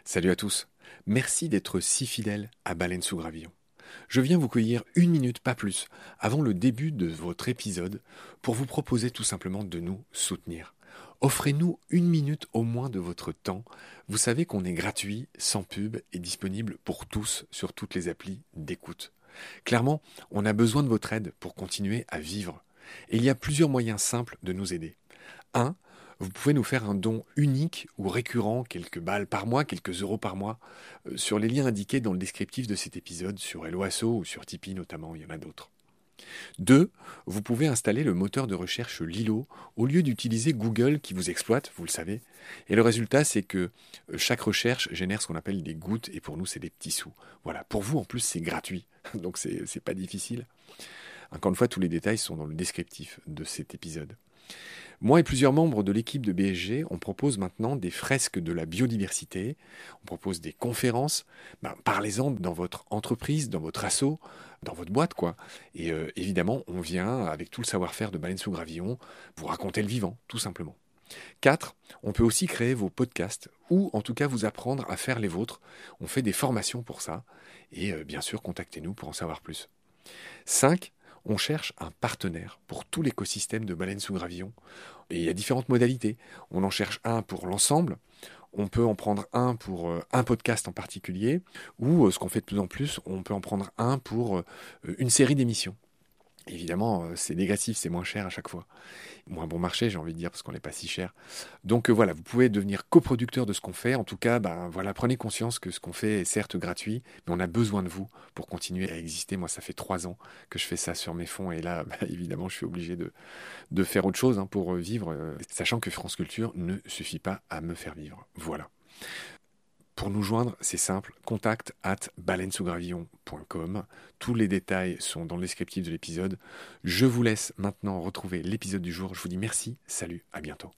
Salut à tous. Merci d'être si fidèles à Baleine sous Gravillon. Je viens vous cueillir 1 minute, pas plus, avant le début de votre épisode pour vous proposer tout simplement de nous soutenir. Offrez-nous 1 minute au moins de votre temps. Vous savez qu'on est gratuit, sans pub et disponible pour tous sur toutes les applis d'écoute. Clairement, on a besoin de votre aide pour continuer à vivre. Et il y a plusieurs moyens simples de nous aider. 1. Vous pouvez nous faire un don unique ou récurrent, quelques balles par mois, quelques euros par mois, sur les liens indiqués dans le descriptif de cet épisode, sur Helloasso ou sur Tipeee notamment, il y en a d'autres. 2. Vous pouvez installer le moteur de recherche Lilo au lieu d'utiliser Google qui vous exploite, vous le savez. Et le résultat, c'est que chaque recherche génère ce qu'on appelle des gouttes, et pour nous, c'est des petits sous. Voilà, pour vous, en plus, c'est gratuit, donc c'est pas difficile. Encore une fois, tous les détails sont dans le descriptif de cet épisode. Moi et plusieurs membres de l'équipe de BSG, on propose maintenant des fresques de la biodiversité, on propose des conférences, parlez-en dans votre entreprise, dans votre asso, dans votre boîte quoi. Et évidemment, on vient avec tout le savoir-faire de Baleine sous Gravillon vous raconter le vivant, tout simplement. 4. On peut aussi créer vos podcasts ou en tout cas vous apprendre à faire les vôtres. On fait des formations pour ça et bien sûr, contactez-nous pour en savoir plus. 5. On cherche un partenaire pour tout l'écosystème de Baleine sous Gravillon. Et il y a différentes modalités. On en cherche un pour l'ensemble. On peut en prendre un pour un podcast en particulier. Ou, ce qu'on fait de plus en plus, on peut en prendre un pour une série d'émissions. Évidemment, c'est négatif, c'est moins cher à chaque fois. Moins bon marché, j'ai envie de dire, parce qu'on n'est pas si cher. Donc voilà, vous pouvez devenir coproducteur de ce qu'on fait. En tout cas, voilà, prenez conscience que ce qu'on fait est certes gratuit, mais on a besoin de vous pour continuer à exister. Moi, ça fait 3 ans que je fais ça sur mes fonds. Et là, évidemment, je suis obligé de faire autre chose pour vivre, sachant que France Culture ne suffit pas à me faire vivre. Voilà. Pour nous joindre, c'est simple, contact@baleinesousgravillon.com. Tous les détails sont dans le descriptif de l'épisode. Je vous laisse maintenant retrouver l'épisode du jour. Je vous dis merci, salut, à bientôt.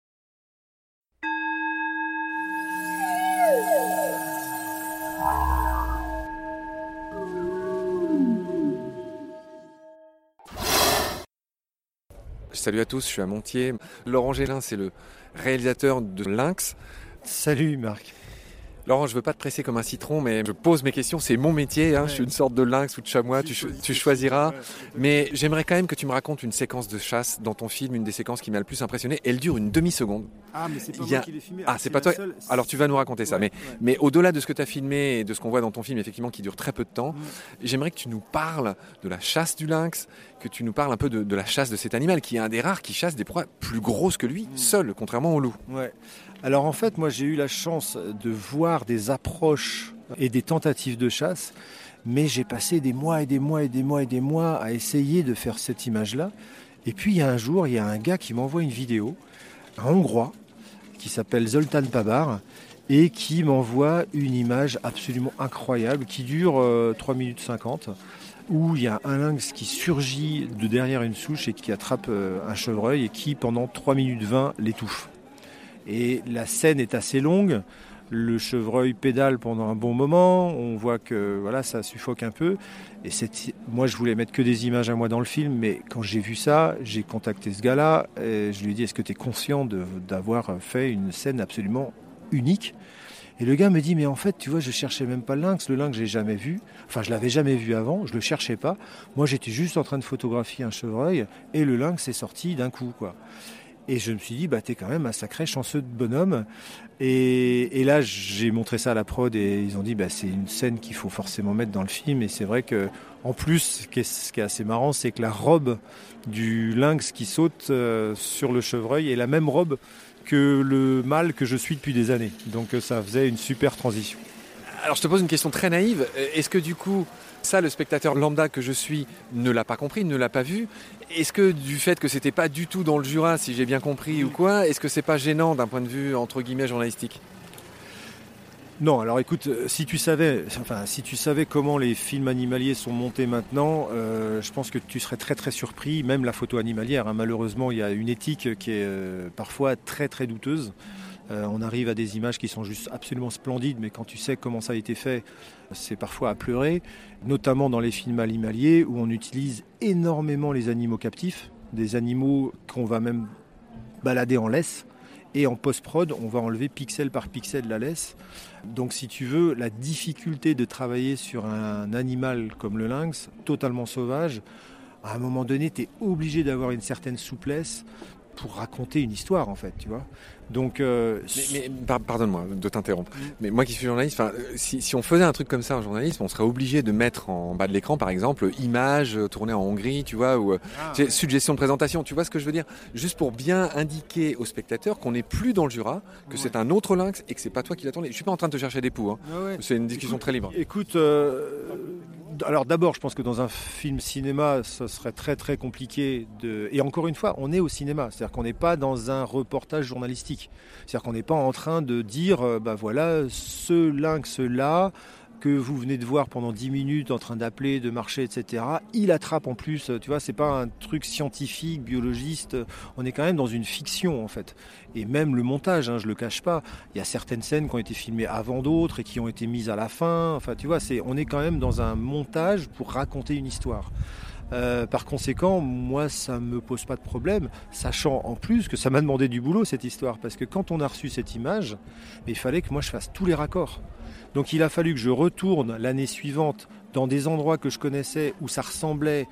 Salut à tous, je suis à Montier. Laurent Gélin, c'est le réalisateur de Lynx. Salut Marc. Laurent, je veux pas te presser comme un citron, mais je pose mes questions, c'est mon métier, je suis une sorte de lynx ou de chamois, tu choisiras. Mais j'aimerais quand même que tu me racontes une séquence de chasse dans ton film, une des séquences qui m'a le plus impressionné. Elle dure une demi-seconde. Ah, mais c'est pas moi qui l'ai filmé. Ah, c'est pas toi. Alors tu vas nous raconter ça. Mais au-delà de ce que tu as filmé et de ce qu'on voit dans ton film, effectivement, qui dure très peu de temps, j'aimerais que tu nous parles de la chasse du lynx, que tu nous parles un peu de la chasse de cet animal, qui est un des rares qui chasse des proies plus grosses que lui, seul, contrairement au loup. Ouais. Alors en fait, moi j'ai eu la chance de voir des approches et des tentatives de chasse, mais j'ai passé des mois et des mois et des mois et des mois à essayer de faire cette image-là. Et puis il y a un jour, il y a un gars qui m'envoie une vidéo, un Hongrois, qui s'appelle Zoltán Pabar, et qui m'envoie une image absolument incroyable, qui dure 3 minutes 50, où il y a un lynx qui surgit de derrière une souche et qui attrape un chevreuil et qui, pendant 3 minutes 20, l'étouffe. Et la scène est assez longue, le chevreuil pédale pendant un bon moment, on voit que voilà, ça suffoque un peu. Et moi je voulais mettre que des images à moi dans le film, mais quand j'ai vu ça, j'ai contacté ce gars-là, et je lui ai dit est-ce que tu es conscient d'avoir fait une scène absolument unique ? Et le gars me dit mais en fait tu vois je cherchais même pas le lynx j'ai jamais vu, enfin je l'avais jamais vu avant, je le cherchais pas, moi j'étais juste en train de photographier un chevreuil et le lynx est sorti d'un coup quoi. Et je me suis dit, t'es quand même un sacré chanceux de bonhomme. Et là, j'ai montré ça à la prod et ils ont dit, c'est une scène qu'il faut forcément mettre dans le film. Et c'est vrai que, en plus, ce qui est assez marrant, c'est que la robe du lynx qui saute sur le chevreuil est la même robe que le mâle que je suis depuis des années. Donc ça faisait une super transition. Alors je te pose une question très naïve. Est-ce que du coup, ça, le spectateur lambda que je suis ne l'a pas compris, ne l'a pas vu ? Est-ce que du fait que c'était pas du tout dans le Jura, si j'ai bien compris ou quoi, est-ce que c'est pas gênant d'un point de vue entre guillemets journalistique ? Non, alors écoute, si tu savais comment les films animaliers sont montés maintenant, je pense que tu serais très très surpris, même la photo animalière. Malheureusement, il y a une éthique qui est parfois très très douteuse. On arrive à des images qui sont juste absolument splendides, mais quand tu sais comment ça a été fait, c'est parfois à pleurer, notamment dans les films animaliers où on utilise énormément les animaux captifs, des animaux qu'on va même balader en laisse. Et en post-prod, on va enlever pixel par pixel la laisse. Donc si tu veux, la difficulté de travailler sur un animal comme le lynx, totalement sauvage, à un moment donné, tu es obligé d'avoir une certaine souplesse pour raconter une histoire, en fait, tu vois. Donc, pardonne-moi de t'interrompre. Mais moi qui suis journaliste, si on faisait un truc comme ça en journalisme, on serait obligé de mettre en bas de l'écran, par exemple, images tournées en Hongrie, tu vois, ou suggestion de présentation, tu vois ce que je veux dire? Juste pour bien indiquer aux spectateurs qu'on n'est plus dans le Jura, que c'est un autre lynx et que c'est pas toi qui l'as tourné. Je suis pas en train de te chercher des poux, hein. Ouais. C'est une discussion très libre. Écoute, alors d'abord, je pense que dans un film cinéma, ça serait très très compliqué de... Et encore une fois, on est au cinéma, c'est-à-dire qu'on n'est pas dans un reportage journalistique. C'est-à-dire qu'on n'est pas en train de dire, voilà, ce lynx-là, que vous venez de voir pendant 10 minutes en train d'appeler, de marcher, etc. Il attrape en plus, tu vois, c'est pas un truc scientifique, biologiste, on est quand même dans une fiction en fait. Et même le montage, je le cache pas, il y a certaines scènes qui ont été filmées avant d'autres et qui ont été mises à la fin, enfin tu vois, on est quand même dans un montage pour raconter une histoire. Par conséquent, moi, ça me pose pas de problème, sachant en plus que ça m'a demandé du boulot cette histoire, parce que quand on a reçu cette image, il fallait que moi je fasse tous les raccords. Donc il a fallu que je retourne l'année suivante dans des endroits que je connaissais où ça ressemblait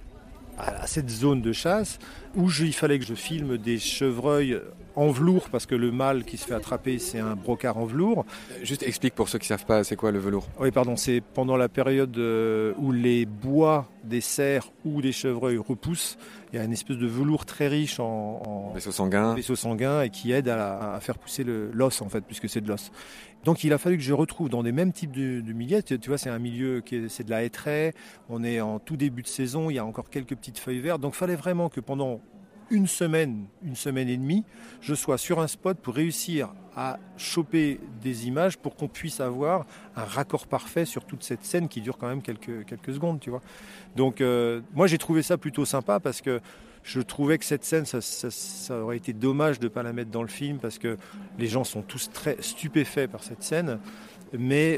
à cette zone de chasse, où il fallait que je filme des chevreuils en velours, parce que le mâle qui se fait attraper, c'est un brocard en velours. Juste explique pour ceux qui ne savent pas, c'est quoi le velours? Oui, pardon, c'est pendant la période où les bois des cerfs ou des chevreuils repoussent. Il y a une espèce de velours très riche en vaisseau sanguin et qui aide à faire pousser l'os, en fait, puisque c'est de l'os. Donc il a fallu que je retrouve dans les mêmes types de milieux. Tu vois, c'est un milieu c'est de la hêtraie. On est en tout début de saison, il y a encore quelques petites feuilles vertes. Donc il fallait vraiment que pendant une semaine et demie, je sois sur un spot pour réussir à choper des images pour qu'on puisse avoir un raccord parfait sur toute cette scène qui dure quand même quelques secondes, tu vois. Donc moi j'ai trouvé ça plutôt sympa parce que je trouvais que cette scène, ça aurait été dommage de ne pas la mettre dans le film parce que les gens sont tous très stupéfaits par cette scène. Mais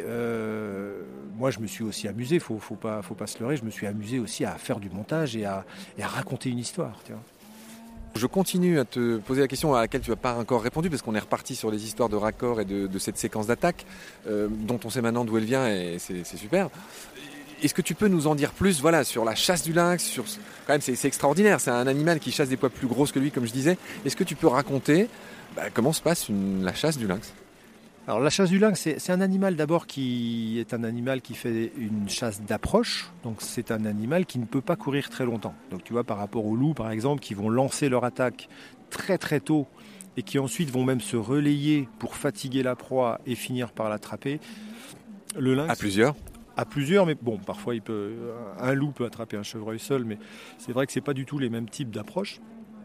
moi, je me suis aussi amusé, faut pas se leurrer, je me suis amusé aussi à faire du montage et à raconter une histoire, tu vois. Je continue à te poser la question à laquelle tu n'as pas encore répondu parce qu'on est reparti sur les histoires de raccords et de cette séquence d'attaque dont on sait maintenant d'où elle vient et c'est super. Est-ce que tu peux nous en dire plus sur la chasse du lynx quand même, c'est extraordinaire, c'est un animal qui chasse des poids plus grosses que lui, comme je disais. Est-ce que tu peux raconter comment se passe la chasse du lynx? Alors la chasse du lynx, c'est un animal d'abord qui est un animal qui fait une chasse d'approche. Donc c'est un animal qui ne peut pas courir très longtemps. Donc tu vois, par rapport aux loups par exemple, qui vont lancer leur attaque très très tôt et qui ensuite vont même se relayer pour fatiguer la proie et finir par l'attraper. Le lynx, à plusieurs, mais bon, parfois un loup peut attraper un chevreuil seul, mais c'est vrai que c'est pas du tout les mêmes types d'approche.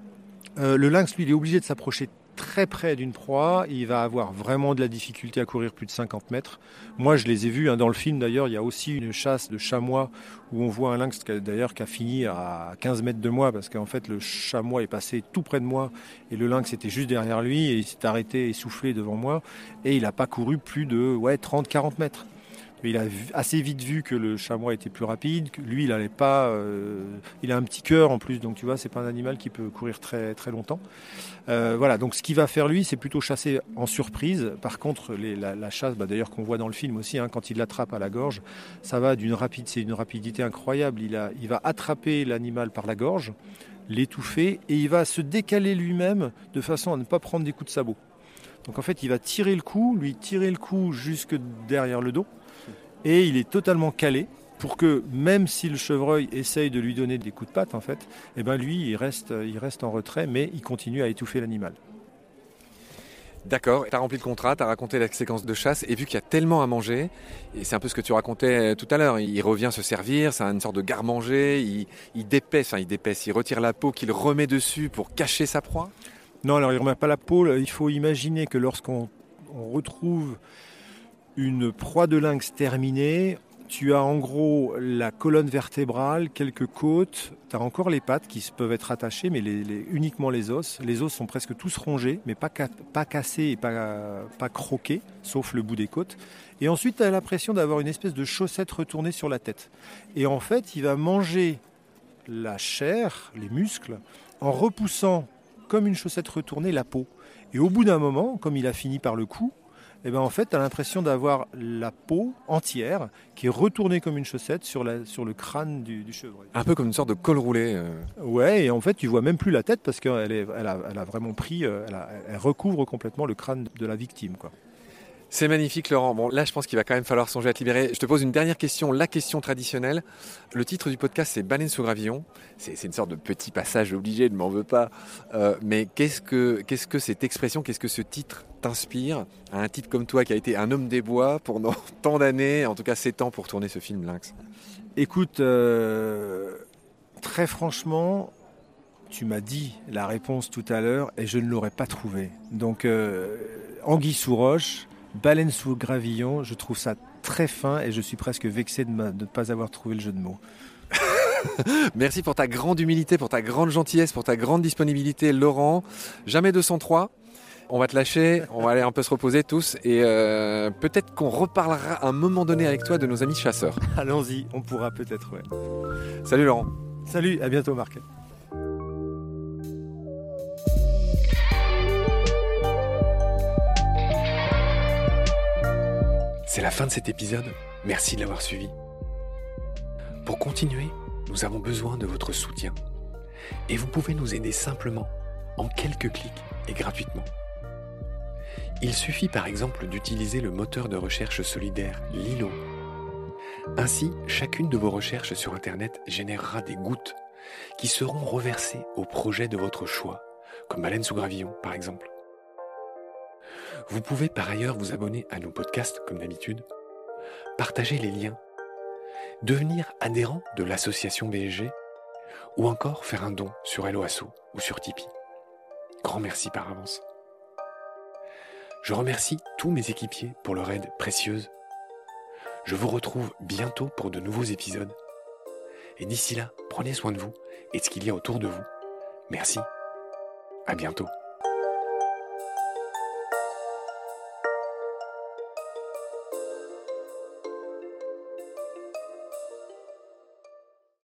Le lynx, lui, il est obligé de s'approcher très près d'une proie, il va avoir vraiment de la difficulté à courir plus de 50 mètres. Moi, je les ai vus dans le film, d'ailleurs, il y a aussi une chasse de chamois où on voit un lynx qui a fini à 15 mètres de moi parce qu'en fait, le chamois est passé tout près de moi et le lynx était juste derrière lui et il s'est arrêté essoufflé devant moi et il n'a pas couru plus de 30-40 mètres. Il a assez vite vu que le chamois était plus rapide, que lui il allait pas, il a un petit cœur en plus, donc tu vois c'est pas un animal qui peut courir très très longtemps. Voilà, donc ce qu'il va faire lui, c'est plutôt chasser en surprise. Par contre la chasse, d'ailleurs qu'on voit dans le film aussi, quand il l'attrape à la gorge, ça va c'est une rapidité incroyable. Il va attraper l'animal par la gorge, l'étouffer et il va se décaler lui-même de façon à ne pas prendre des coups de sabot. Donc en fait il va tirer le coup jusque derrière le dos. Et il est totalement calé pour que même si le chevreuil essaye de lui donner des coups de patte, en fait, lui, il reste en retrait, mais il continue à étouffer l'animal. D'accord, tu as rempli le contrat, tu as raconté la séquence de chasse, et vu qu'il y a tellement à manger, et c'est un peu ce que tu racontais tout à l'heure, il revient se servir, c'est une sorte de garde-manger, il dépaisse, il retire la peau qu'il remet dessus pour cacher sa proie? Non, alors il ne remet pas la peau, il faut imaginer que lorsqu'on retrouve une proie de lynx terminée, tu as en gros la colonne vertébrale, quelques côtes, tu as encore les pattes qui peuvent être attachées, mais uniquement les os. Les os sont presque tous rongés, mais pas cassés et pas croqués, sauf le bout des côtes. Et ensuite, tu as l'impression d'avoir une espèce de chaussette retournée sur la tête. Et en fait, il va manger la chair, les muscles, en repoussant, comme une chaussette retournée, la peau. Et au bout d'un moment, comme il a fini par le coup, eh ben en fait, tu as l'impression d'avoir la peau entière qui est retournée comme une chaussette sur le crâne du chevreuil. Un peu comme une sorte de col roulé. Ouais, et en fait, tu vois même plus la tête parce qu'elle a vraiment pris, elle recouvre complètement le crâne de la victime, quoi. C'est magnifique, Laurent. Bon, là, je pense qu'il va quand même falloir songer à te libérer. Je te pose une dernière question, la question traditionnelle. Le titre du podcast, c'est Baleine sous gravillon. C'est une sorte de petit passage obligé, ne m'en veux pas. Mais qu'est-ce que cette expression, qu'est-ce que ce titre t'inspire à un type comme toi qui a été un homme des bois pendant tant d'années, en tout cas 7 ans pour tourner ce film Lynx? Écoute, très franchement, tu m'as dit la réponse tout à l'heure et je ne l'aurais pas trouvée. Donc, anguille sous roche, baleine sous gravillon, je trouve ça très fin et je suis presque vexé de ne pas avoir trouvé le jeu de mots. Merci pour ta grande humilité, pour ta grande gentillesse, pour ta grande disponibilité, Laurent. Jamais 203. On va te lâcher, on va aller un peu se reposer tous et peut-être qu'on reparlera à un moment donné avec toi de nos amis chasseurs. Allons-y, on pourra peut-être, ouais. Salut Laurent. Salut, à bientôt Marc. C'est la fin de cet épisode, merci de l'avoir suivi. Pour continuer, nous avons besoin de votre soutien. Et vous pouvez nous aider simplement, en quelques clics et gratuitement. Il suffit par exemple d'utiliser le moteur de recherche solidaire Lilo. Ainsi, chacune de vos recherches sur Internet générera des gouttes qui seront reversées au projet de votre choix, comme Baleine sous gravillon par exemple. Vous pouvez par ailleurs vous abonner à nos podcasts comme d'habitude, partager les liens, devenir adhérent de l'association BSG ou encore faire un don sur Helloasso ou sur Tipeee. Grand merci par avance. Je remercie tous mes équipiers pour leur aide précieuse. Je vous retrouve bientôt pour de nouveaux épisodes. Et d'ici là, prenez soin de vous et de ce qu'il y a autour de vous. Merci. À bientôt.